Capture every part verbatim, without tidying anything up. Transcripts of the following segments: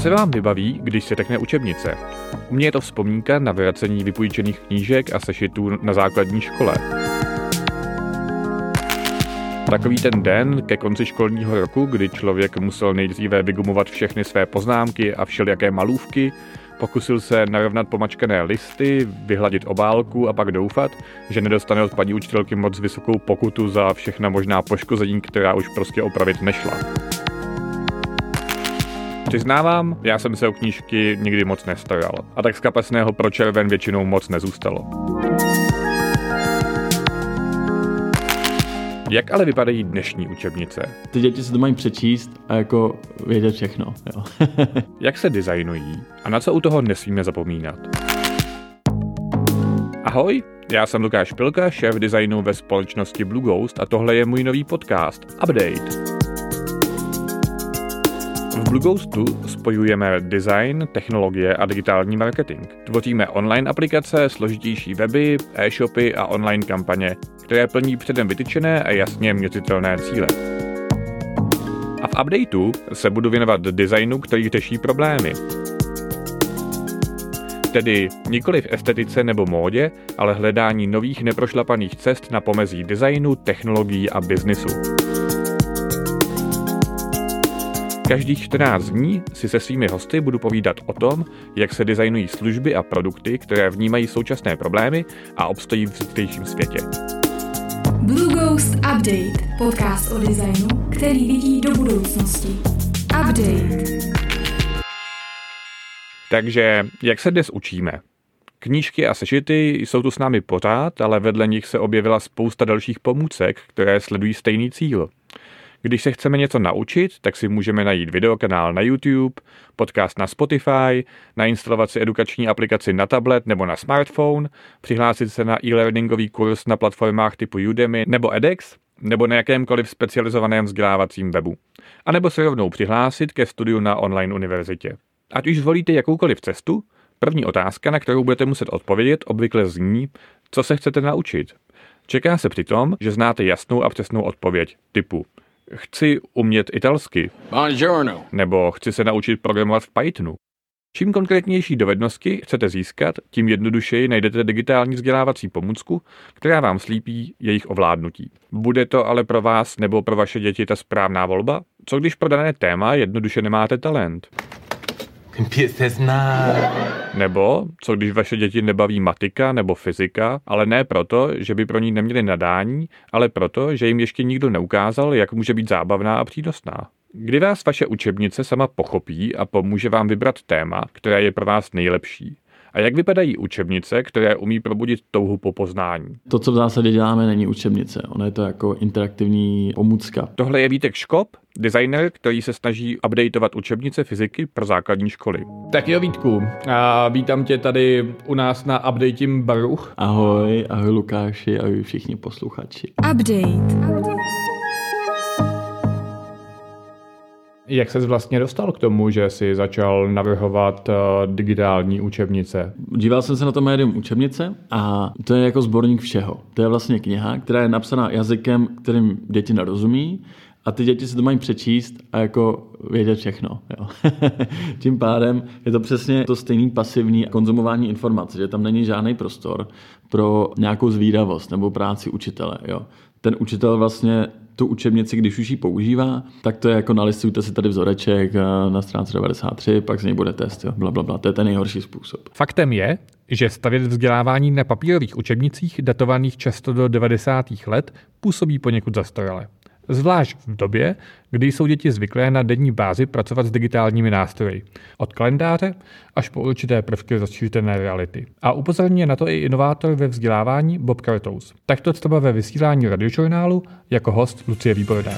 se vám vybaví, když se řekne učebnice? U mě je to vzpomínka na vracení vypůjčených knížek a sešitů na základní škole. Takový ten den ke konci školního roku, kdy člověk musel nejdříve vygumovat všechny své poznámky a všelijaké malůvky, pokusil se narovnat pomačkané listy, vyhladit obálku a pak doufat, že nedostane od paní učitelky moc vysokou pokutu za všechna možná poškození, která už prostě opravit nešla. Přiznávám, já jsem se o knížky nikdy moc nestaral a tak z kapesného pro červen většinou moc nezůstalo. Jak ale vypadají dnešní učebnice? Ty děti se to mají přečíst a jako vědět všechno. Jo. Jak se designují a na co u toho nesmíme zapomínat? Ahoj, já jsem Lukáš Pilka, šéf designu ve společnosti Blue Ghost a tohle je můj nový podcast Update. V Blue Ghostu spojujeme design, technologie a digitální marketing. Tvoříme online aplikace, složitější weby, e-shopy a online kampaně, které plní předem vytyčené a jasně měřitelné cíle. A v updateu se budu věnovat designu, který řeší problémy. Tedy nikoliv estetice nebo módě, ale hledání nových neprošlapaných cest na pomezí designu, technologií a biznisu. Každých čtrnáct dní si se svými hosty budu povídat o tom, jak se designují služby a produkty, které vnímají současné problémy a obstojí v zítřejším světě. Blue Ghost Update, podcast o designu, který vidí do budoucnosti. Update. Takže, jak se dnes učíme? Knížky a sešity jsou tu s námi pořád, ale vedle nich se objevila spousta dalších pomůcek, které sledují stejný cíl. Když se chceme něco naučit, tak si můžeme najít videokanál na YouTube, podcast na Spotify, nainstalovat si edukační aplikaci na tablet nebo na smartphone, přihlásit se na e-learningový kurz na platformách typu Udemy nebo edX, nebo na jakémkoliv specializovaném vzdělávacím webu. A nebo se rovnou přihlásit ke studiu na online univerzitě. Ať už zvolíte jakoukoliv cestu, první otázka, na kterou budete muset odpovědět, obvykle zní, co se chcete naučit. Čeká se přitom, že znáte jasnou a přesnou odpověď typu chci umět italsky. Buongiorno. Nebo chci se naučit programovat v Pythonu. Čím konkrétnější dovednosti chcete získat, tím jednodušeji najdete digitální vzdělávací pomůcku, která vám slíbí jejich ovládnutí. Bude to ale pro vás nebo pro vaše děti ta správná volba? Co když pro dané téma jednoduše nemáte talent? Nebo co když vaše děti nebaví matika nebo fyzika, ale ne proto, že by pro ní neměli nadání, ale proto, že jim ještě nikdo neukázal, jak může být zábavná a přínosná. Kdy vás vaše učebnice sama pochopí a pomůže vám vybrat téma, které je pro vás nejlepší? A jak vypadají učebnice, které umí probudit touhu po poznání? To, co v zásadě děláme, není učebnice. Ono je to jako interaktivní pomůcka. Tohle je Vítek Škop, designer, který se snaží updateovat učebnice fyziky pro základní školy. Tak jo, Vítku, a vítám tě tady u nás na Updateím baru. Ahoj, ahoj Lukáši, ahoj všichni posluchači. Update. Jak ses vlastně dostal k tomu, že jsi začal navrhovat uh, digitální učebnice? Díval jsem se na to médium učebnice a to je jako sborník všeho. To je vlastně kniha, která je napsaná jazykem, kterým děti nerozumí a ty děti si to mají přečíst a jako vědět všechno. Jo. Tím pádem je to přesně to stejný pasivní konzumování informací, že tam není žádný prostor pro nějakou zvídavost nebo práci učitele. Jo. Ten učitel vlastně tu učebnici, když už ji používá, tak to je jako nalistujte si tady vzoreček na stránce devadesát tři, pak z něj bude test, jo, blablabla. To je ten nejhorší způsob. Faktem je, že stavět vzdělávání na papírových učebnicích datovaných často do devadesátých let působí poněkud zastarale. Zvlášť v době, kdy jsou děti zvyklé na denní bázi pracovat s digitálními nástroji. Od kalendáře až po určité prvky rozšířené reality. A upozorňuje na to i inovátor ve vzdělávání Bob Kartous. Takto třeba ve vysílání radiožurnálu jako host Lucie Výborné.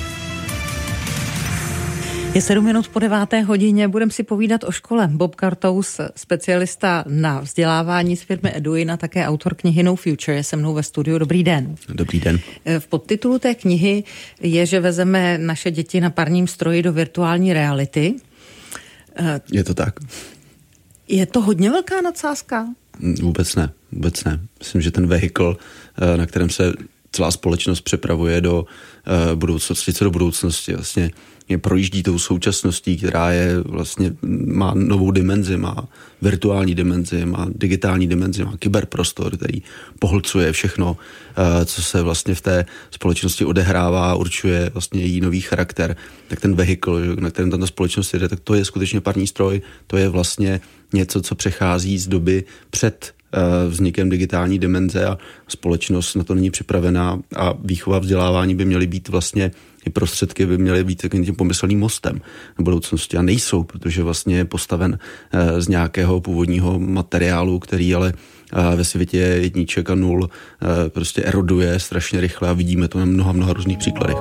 Je sedm minut po deváté hodině, budeme si povídat o škole. Bob Kartous, specialista na vzdělávání z firmy Eduin a také autor knihy No Future, je se mnou ve studiu. Dobrý den. Dobrý den. V podtitulu té knihy je, že vezeme naše děti na parním stroji do virtuální reality. Je to tak. Je to hodně velká nadsázka? Vůbec ne, vůbec ne. Myslím, že ten vehikl, na kterém se celá společnost přepravuje do uh, budoucnosti, co do budoucnosti. Vlastně je projíždí tou současností, která je vlastně má novou dimenzi, má virtuální dimenzi, má digitální dimenzi, má kyberprostor, který pohlcuje všechno, uh, co se vlastně v té společnosti odehrává, určuje vlastně její nový charakter. Tak ten vehikl, na kterém tato společnost jede, tak to je skutečně parní stroj, to je vlastně něco, co přechází z doby před vznikem digitální dimenze a společnost na to není připravená a výchova vzdělávání by měly být vlastně i prostředky by měly být takovým tím pomyslným mostem v budoucnosti a nejsou, protože vlastně je postaven z nějakého původního materiálu, který ale ve světě jedniček a nul prostě eroduje strašně rychle a vidíme to na mnoha, mnoha různých příkladech.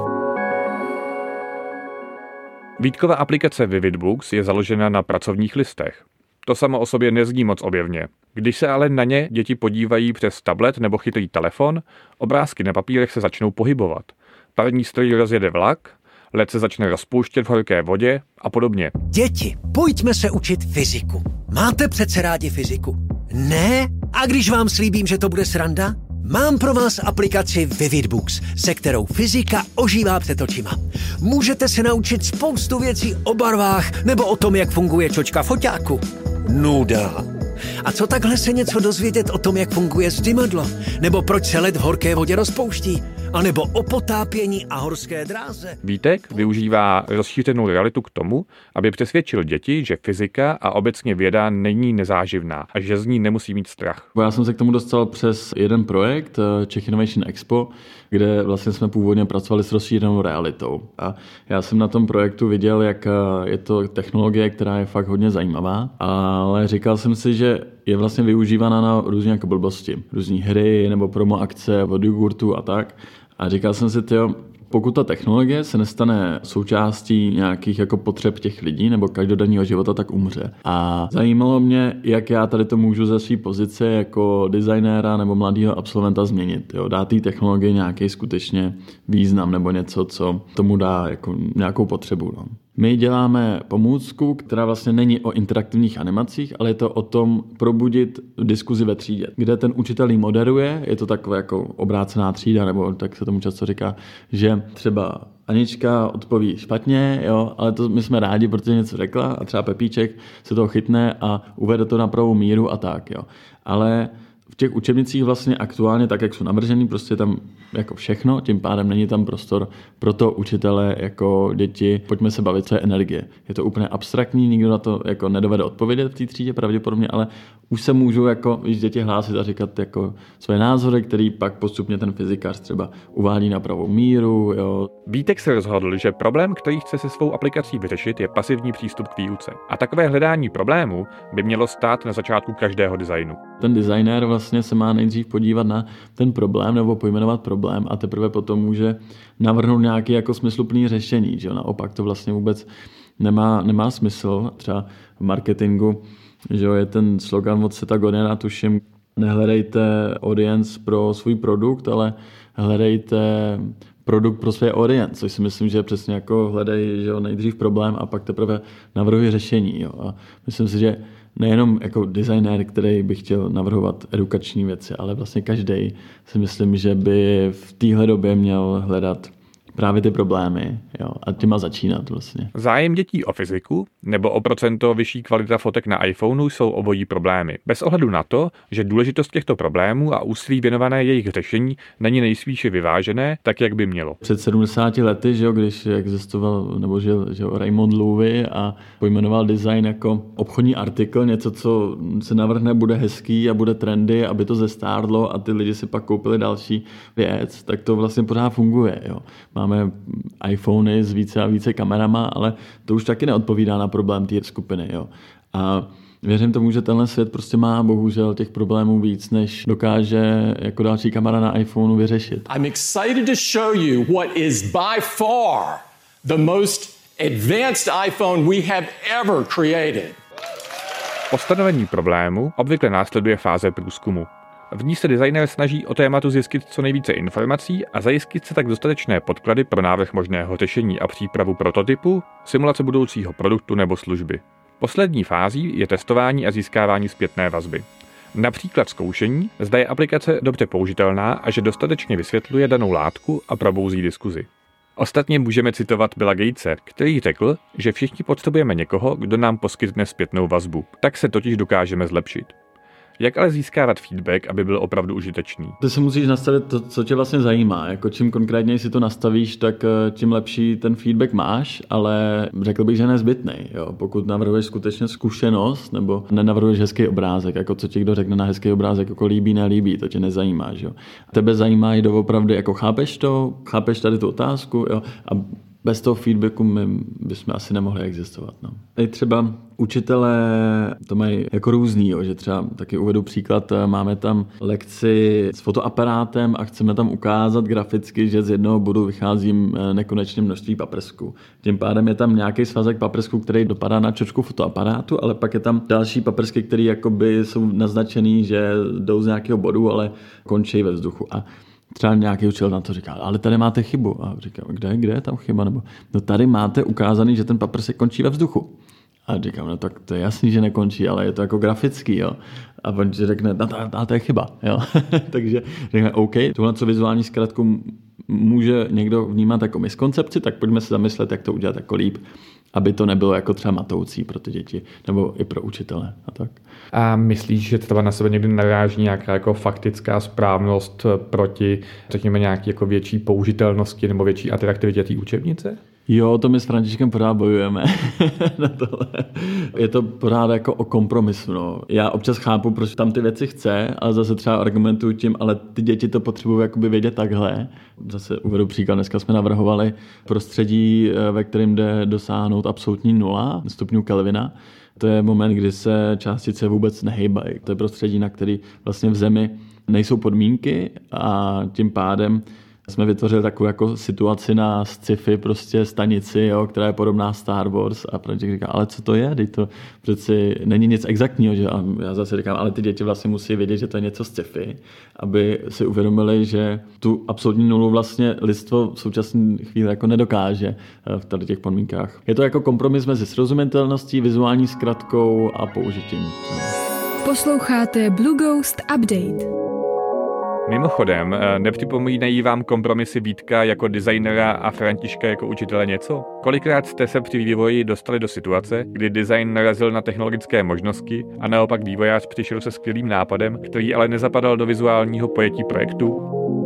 Vítkova aplikace Vivid Books je založena na pracovních listech. To samo o sobě nezní moc objevně. Když se ale na ně děti podívají přes tablet nebo chytrý telefon, obrázky na papírech se začnou pohybovat. Parní stroj rozjede vlak, led se začne rozpouštět v horké vodě a podobně. Děti, pojďme se učit fyziku. Máte přece rádi fyziku? Ne? A když vám slíbím, že to bude sranda? Mám pro vás aplikaci Vivid Books, se kterou fyzika ožívá před očima. Můžete se naučit spoustu věcí o barvách nebo o tom, jak funguje čočka foťáku. Nuda. A co takhle se něco dozvědět o tom, jak funguje zdymadlo? Nebo proč se led v horké vodě rozpouští? A nebo o potápění a horské dráze? Vítek využívá rozšířenou realitu k tomu, aby přesvědčil děti, že fyzika a obecně věda není nezáživná a že z ní nemusí mít strach. Já jsem se k tomu dostal přes jeden projekt Czech Innovation Expo, kde vlastně jsme původně pracovali s rozšířenou realitou. A já jsem na tom projektu viděl, jak je to technologie, která je fakt hodně zajímavá, ale říkal jsem si, že je vlastně využívána na různé jako blbosti. Různé hry nebo promo akce od jogurtu a tak. A říkal jsem si, tyjo, pokud ta technologie se nestane součástí nějakých jako potřeb těch lidí nebo každodenního života, tak umře. A zajímalo mě, jak já tady to můžu ze své pozice jako designéra nebo mladého absolventa změnit. Jo? Dát té technologii nějaký skutečně význam nebo něco, co tomu dá jako nějakou potřebu. No. My děláme pomůcku, která vlastně není o interaktivních animacích, ale je to o tom probudit diskuzi ve třídě, kde ten učitel ji moderuje, je to takové jako obrácená třída, nebo tak se tomu často říká, že třeba Anička odpoví špatně, jo, ale to my jsme rádi, protože něco řekla a třeba Pepíček se toho chytne a uvede to na pravou míru a tak, jo. Ale v těch učebnicích vlastně aktuálně, tak jak jsou navržený, prostě tam jako všechno, tím pádem není tam prostor pro to učitele jako děti, pojďme se bavit, co je energie. Je to úplně abstraktní, nikdo na to jako nedovede odpovědět v té třídě pravděpodobně, ale už se můžou jako víš, děti hlásit a říkat jako své názory, který pak postupně ten fyzikař třeba uvádí na pravou míru. Jo. Vítek se rozhodl, že problém, který chce se svou aplikací vyřešit, je pasivní přístup k výuce. A takové hledání problémů by mělo stát na začátku každého designu. Ten designér vlastně se má nejdřív podívat na ten problém nebo pojmenovat problém a teprve potom může navrhnout nějaké jako smysluplné řešení. Že? Naopak to vlastně vůbec nemá, nemá smysl. Třeba v marketingu že je ten slogan od Seta Godina, tuším, nehledejte audience pro svůj produkt, ale hledejte produkt pro své audience, což si myslím, že přesně jako hledej že jo, nejdřív problém a pak teprve navrhuji řešení. Jo. A myslím si, že nejenom jako designér, který by chtěl navrhovat edukační věci, ale vlastně každý si myslím, že by v téhle době měl hledat právě ty problémy jo, a těma začínat vlastně. Zájem dětí o fyziku nebo o procento vyšší kvalita fotek na iPhoneu jsou obojí problémy. Bez ohledu na to, že důležitost těchto problémů a úsilí věnované jejich řešení není nejspíše vyvážené, tak jak by mělo. Před sedmdesáti lety, že jo, když existoval nebo žil že jo, Raymond Loewy a pojmenoval design jako obchodní artikl, něco, co se navrhne, bude hezký a bude trendy, aby to zestárlo a ty lidi si pak koupili další věc, tak to vlastně pořád funguje. Jo. Máme iPhony s více a více kamerama, ale to už taky neodpovídá na problém té skupiny. Jo. A věřím tomu, že tenhle svět prostě má bohužel těch problémů víc, než dokáže jako další kamera na iPhoneu vyřešit. I'm excited to show you what is by far the most advanced iPhone we have ever created. Po stanovení problému obvykle následuje fáze průzkumu. V ní se designér snaží o tématu zjistit co nejvíce informací a zajistit se tak dostatečné podklady pro návrh možného řešení a přípravu prototypu, simulace budoucího produktu nebo služby. Poslední fází je testování a získávání zpětné vazby. Například zkoušení, zda je aplikace dobře použitelná a že dostatečně vysvětluje danou látku a probouzí diskuzi. Ostatně můžeme citovat Billa Gatese, který řekl, že všichni potřebujeme někoho, kdo nám poskytne zpětnou vazbu. Tak se totiž dokážeme zlepšit. Jak ale získávat feedback, aby byl opravdu užitečný? Ty si musíš nastavit to, co tě vlastně zajímá. Jako čím konkrétně si to nastavíš, tak tím lepší ten feedback máš, ale řekl bych, že nezbytný. Jo? Pokud navrhuješ skutečně zkušenost nebo nenavrhuješ hezký obrázek, jako co ti kdo řekne na hezký obrázek, jako líbí, nelíbí, to tě nezajímá. Jo? Tebe zajímá i doopravdy, jako chápeš to, chápeš tady tu otázku, jo? A bez toho feedbacku my bychom asi nemohli existovat. No. I třeba učitelé to mají jako různý, jo, že třeba taky uvedu příklad, máme tam lekci s fotoaparátem a chceme tam ukázat graficky, že z jednoho bodu vychází nekonečné množství paprsků. Tím pádem je tam nějaký svazek paprsků, který dopadá na čočku fotoaparátu, ale pak je tam další paprsky, které jakoby jsou naznačený, že jdou z nějakého bodu, ale končí ve vzduchu. A třeba nějaký učitel na to říká, ale tady máte chybu. A říkám, kde, kde je tam chyba? Nebo, no tady máte ukázaný, že ten paprsek končí ve vzduchu. A říkám, no tak to je jasný, že nekončí, ale je to jako grafický, jo. A on ti řekne, no to, to je chyba, jo. Takže řekne, OK, tohle co vizuální zkratku může někdo vnímat jako miskoncepci, tak pojďme se zamyslet, jak to udělat jako líp, aby to nebylo jako třeba matoucí pro ty děti, nebo i pro učitele a tak. A myslíš, že třeba na sebe někdy naráží nějaká jako faktická správnost proti, řekněme, nějaký jako větší použitelnosti nebo větší atraktivitě té učebnice? Jo, to my s Františkem pořád bojujeme na tohle. Je to pořád jako o kompromisu. No. Já občas chápu, proč tam ty věci chce, ale zase třeba argumentuju tím, ale ty děti to potřebují jakoby vědět takhle. Zase uvedu příklad, dneska jsme navrhovali prostředí, ve kterém jde dosáhnout absolutní nula stupňů Kelvina. To je moment, kdy se částice vůbec nehejbají. To je prostředí, na který vlastně v Zemi nejsou podmínky a tím pádem jsme vytvořili takovou jako situaci na sci-fi prostě stanici, jo, která je podobná Star Wars a František říká, ale co to je? Teď to přeci není nic exaktního, že? A já zase říkám, ale ty děti vlastně musí vědět, že to je něco sci-fi, aby si uvědomili, že tu absolutní nulu vlastně lidstvo v současné chvíli jako nedokáže v tady těch podmínkách. Je to jako kompromis mezi srozumitelností, vizuální zkratkou a použitím. Posloucháte Blue Ghost Update. Mimochodem, nepřipomínají vám kompromisy Vítka jako designera a Františka jako učitele něco? Kolikrát jste se při vývoji dostali do situace, kdy design narazil na technologické možnosti a naopak vývojář přišel se skvělým nápadem, který ale nezapadal do vizuálního pojetí projektu?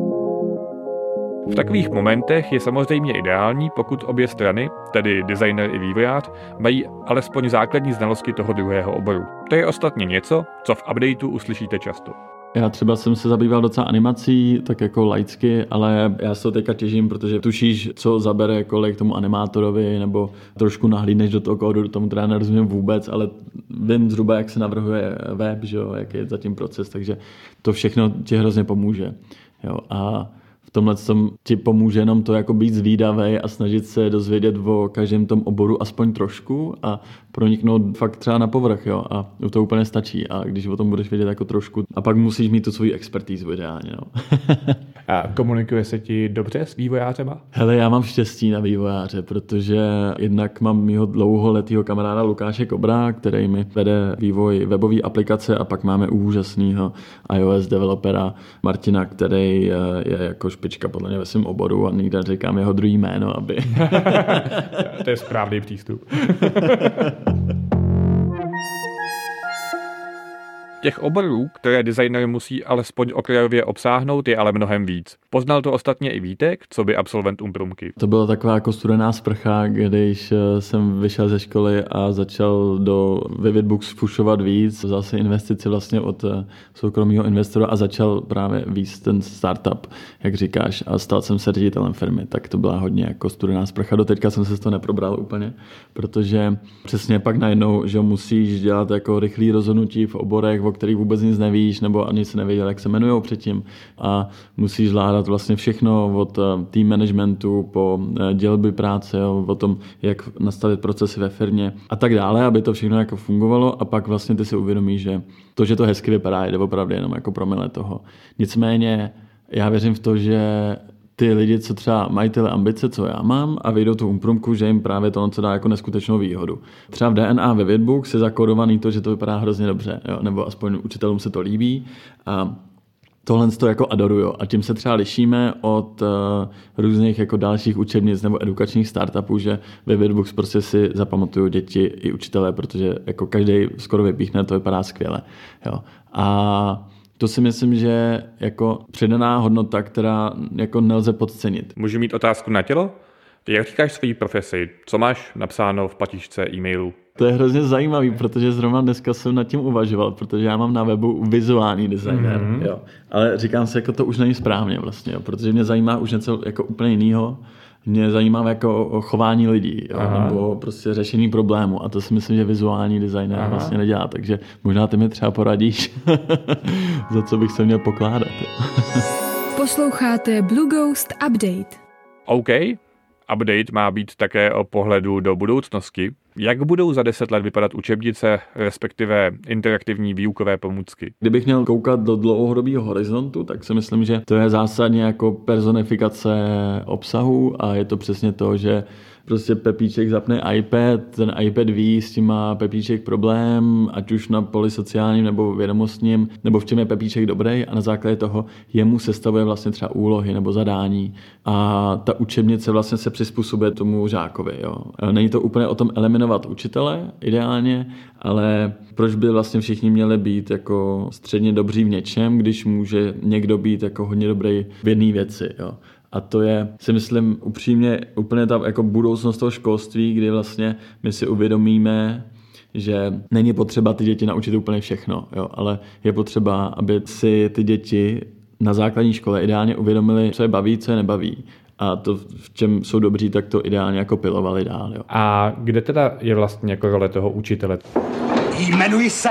V takových momentech je samozřejmě ideální, pokud obě strany, tedy designer i vývojář, mají alespoň základní znalosti toho druhého oboru. To je ostatně něco, co v updateu uslyšíte často. Já třeba jsem se zabýval docela animací, tak jako laicky, ale já se to teďka těžím, protože tušíš, co zabere kolik tomu animátorovi, nebo trošku nahlídneš do toho kódu, tomu teda nerozumím vůbec, ale vím zhruba, jak se navrhuje web, že jo, jak je zatím proces, takže to všechno ti hrozně pomůže. Jo, a v tomhle tom ti pomůže jenom to jako být zvídavej a snažit se dozvědět o každém tom oboru aspoň trošku a proniknout fakt třeba na povrch, jo, a to úplně stačí. A když o tom budeš vědět jako trošku, a pak musíš mít tu svoji expertízu ideálně, no. A komunikuje se ti dobře s vývojářema? Hele, já mám štěstí na vývojáře, protože jednak mám mýho dlouholetýho kamaráda Lukáše Kobra, který mi vede vývoj webové aplikace a pak máme úžasného iOS developera Martina, který je jako špička podle mě ve svém oboru a nikde říkám jeho druhý jméno, aby... To je správný přístup. Těch oborů, které designer musí alespoň okrajově obsáhnout, je ale mnohem víc. Poznal to ostatně i Vítek, co by absolvent Umprumky. To byla taková jako studená sprcha, když jsem vyšel ze školy a začal do Vividbooks fušovat víc. Vzal si investici vlastně od soukromého investora a začal právě víc ten startup, jak říkáš, a stal jsem se ředitelem firmy. Tak to byla hodně jako studená sprcha. Doteďka jsem se z toho neprobral úplně, protože přesně pak najednou, že musíš dělat jako rychlý rozhodnutí v oborech, o kterých vůbec nic nevíš, nebo ani se nevěděl, jak se jmenujou předtím. A musíš zvládat vlastně všechno od team managementu po dělby práce, jo, o tom, jak nastavit procesy ve firmě a tak dále, aby to všechno jako fungovalo a pak vlastně ty si uvědomíš, že to, že to hezky vypadá, je opravdu jenom jako promile toho. Nicméně já věřím v to, že ty lidi, co třeba mají tyhle ambice, co já mám, a vyjdou tu umprumku, že jim právě to, co dá jako neskutečnou výhodu. Třeba v D N A ve Vidbooks je zakódovaný to, že to vypadá hrozně dobře, jo? Nebo aspoň učitelům se to líbí. A tohle to jako adoruju. A tím se třeba lišíme od uh, různých jako dalších učebnic nebo edukačních startupů, že ve Vidbooks prostě si zapamatují děti i učitelé, protože jako každý skoro vypíchne, to vypadá skvěle. Jo? A to si myslím, že jako přidaná hodnota, která jako nelze podcenit. Můžu mít otázku na tělo? Jak říkáš svojí profesi? Co máš napsáno v patičce e-mailu? To je hrozně zajímavý, protože zrovna dneska jsem nad tím uvažoval, protože já mám na webu vizuální designer, mm-hmm. jo. Ale říkám si, jako to už není správně vlastně, jo, protože mě zajímá už něco jako úplně jiného. Mě zajímá jako chování lidí, jo, nebo prostě řešení problému, a to si myslím, že vizuální designer Aha. vlastně nedělá, takže možná ty mi třeba poradíš, za co bych se měl pokládat. Posloucháte Blue Ghost Update. OK, update má být také o pohledu do budoucnosti. Jak budou za deset let vypadat učebnice, respektive interaktivní výukové pomůcky? Kdybych měl koukat do dlouhodobého horizontu, tak si myslím, že to je zásadně jako personifikace obsahu a je to přesně to, že prostě Pepíček zapne iPad, ten iPad ví, s tím má Pepíček problém, ať už na poli sociálním nebo vědomostním, nebo v čem je Pepíček dobrý, a na základě toho jemu sestavuje vlastně třeba úlohy nebo zadání a ta učebnice vlastně se přizpůsobuje tomu žákovi. Jo. Není to úplně o tom eliminovat učitele ideálně, ale proč by vlastně všichni měli být jako středně dobří v něčem, když může někdo být jako hodně dobrý v jedné věci. Jo. A to je, si myslím, upřímně úplně ta jako budoucnost toho školství, kdy vlastně my si uvědomíme, že není potřeba ty děti naučit úplně všechno, jo, ale je potřeba, aby si ty děti na základní škole ideálně uvědomili, co je baví, co je nebaví. A to, v čem jsou dobří, tak to ideálně jako pilovali dál. Jo. A kde teda je vlastně jako role toho učitele? Jmenuji se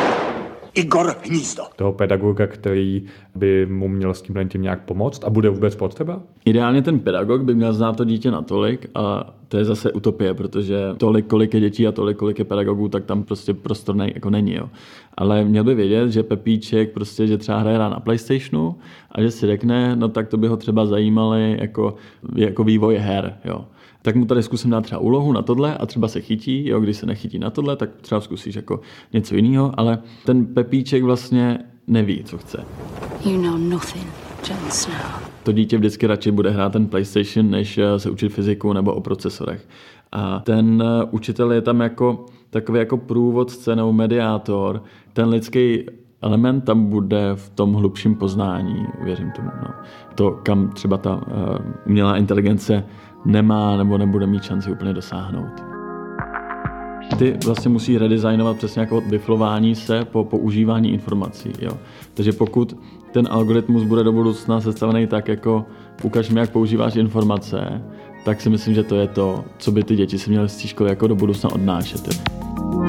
Igor Hnízdo. Toho pedagoga, který by mu měl s tímhle tím nějak pomoct a bude vůbec potřeba? Ideálně ten pedagog by měl znát to dítě natolik, a to je zase utopie, protože tolik, kolik je dětí a tolik, kolik je pedagogů, tak tam prostě prostor ne, jako není. Jo. Ale měl by vědět, že Pepíček prostě, že třeba hraje na PlayStationu a že si řekne, no tak to by ho třeba zajímaly jako, jako vývoj her. Jo. Tak mu tady zkusím dát třeba úlohu na tohle a třeba se chytí, jo, když se nechytí na tohle, tak třeba zkusíš jako něco jiného, ale ten Pepíček vlastně neví, co chce. You know nothing, Jon Snow. To dítě vždycky radši bude hrát ten PlayStation, než se učit fyziku nebo o procesorech. A ten učitel je tam jako takový jako průvodce nebo mediátor. Ten lidský element tam bude v tom hlubším poznání, věřím tomu. No. To, kam třeba ta uh, umělá inteligence nemá nebo nebude mít šanci úplně dosáhnout. Ty vlastně musí redesignovat přesně jako biflování se po používání informací. Jo. Takže pokud ten algoritmus bude do budoucna sestavený tak, jako ukaž mi, jak používáš informace, tak si myslím, že to je to, co by ty děti si měly z té školy jako do budoucna odnášet. Jo.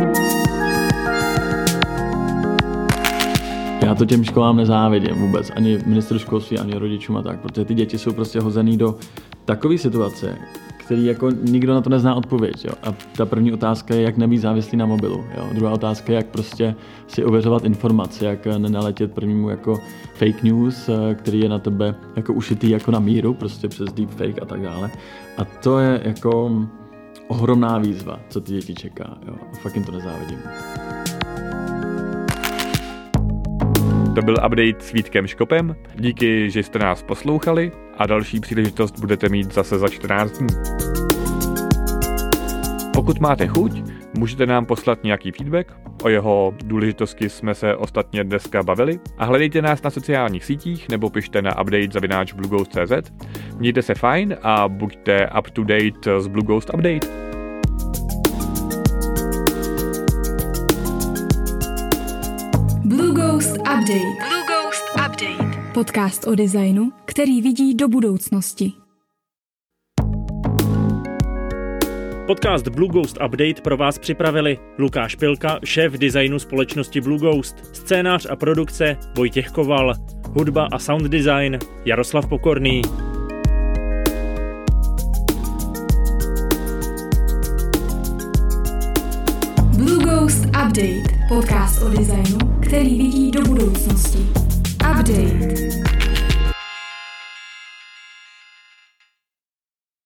Já to těm školám nezávidím vůbec, ani ministru školství, ani rodičům a tak, protože ty děti jsou prostě hozený do takové situace, který jako nikdo na to nezná odpověď. Jo. A ta první otázka je, jak nebýt závislý na mobilu. Jo. Druhá otázka je, jak prostě si ověřovat informace, jak nenaletět prvnímu jako fake news, který je na tebe jako ušitý jako na míru, prostě přes deepfake a tak dále. A to je jako ohromná výzva, co ty děti čeká. Jo. A fakt jim to nezávidím. To byl update s Vítkem Škopem. Díky, že jste nás poslouchali, a další příležitost budete mít zase za čtrnáct dní. Pokud máte chuť, můžete nám poslat nějaký feedback. O jeho důležitosti jsme se ostatně dneska bavili. A hledejte nás na sociálních sítích nebo pište na update zavináč blueghost tečka cé zet. Mějte se fajn a buďte up to date s Blue Ghost Update. Blue Ghost Update. Blue Ghost Update. Podcast o designu, který vidí do budoucnosti. Podcast Blue Ghost Update pro vás připravili Lukáš Pilka, šéf designu společnosti Blue Ghost, scénář a produkce Vojtěch Koval, hudba a sound design Jaroslav Pokorný. Blue Ghost Update. Podcast o designu, který vidí do budoucnosti. Update.